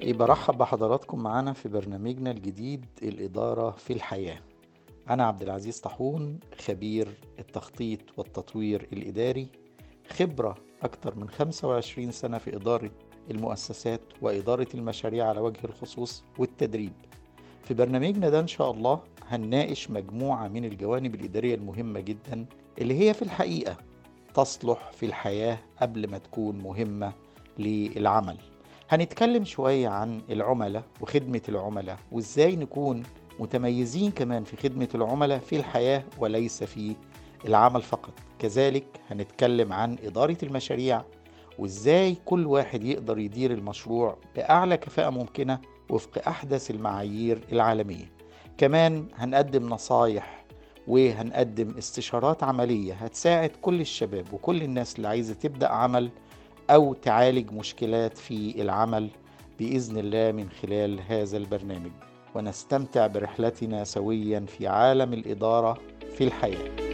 برحب بحضراتكم معانا في برنامجنا الجديد الإدارة في الحياة. أنا عبد العزيز طاحون، خبير التخطيط والتطوير الإداري، خبرة أكثر من 25 سنة في إدارة المؤسسات وإدارة المشاريع على وجه الخصوص والتدريب. في برنامجنا ده إن شاء الله هنناقش مجموعة من الجوانب الإدارية المهمة جدا اللي هي في الحقيقة تصلح في الحياة قبل ما تكون مهمة للعمل. هنتكلم شوية عن العملاء وخدمة العملاء وإزاي نكون متميزين كمان في خدمة العملاء في الحياة وليس في العمل فقط. كذلك هنتكلم عن إدارة المشاريع وإزاي كل واحد يقدر يدير المشروع بأعلى كفاءة ممكنة وفق أحدث المعايير العالمية. كمان هنقدم نصايح وهنقدم استشارات عملية هتساعد كل الشباب وكل الناس اللي عايزة تبدأ عمل أو تعالج مشكلات في العمل بإذن الله من خلال هذا البرنامج، ونستمتع برحلتنا سويا في عالم الإدارة في الحياة.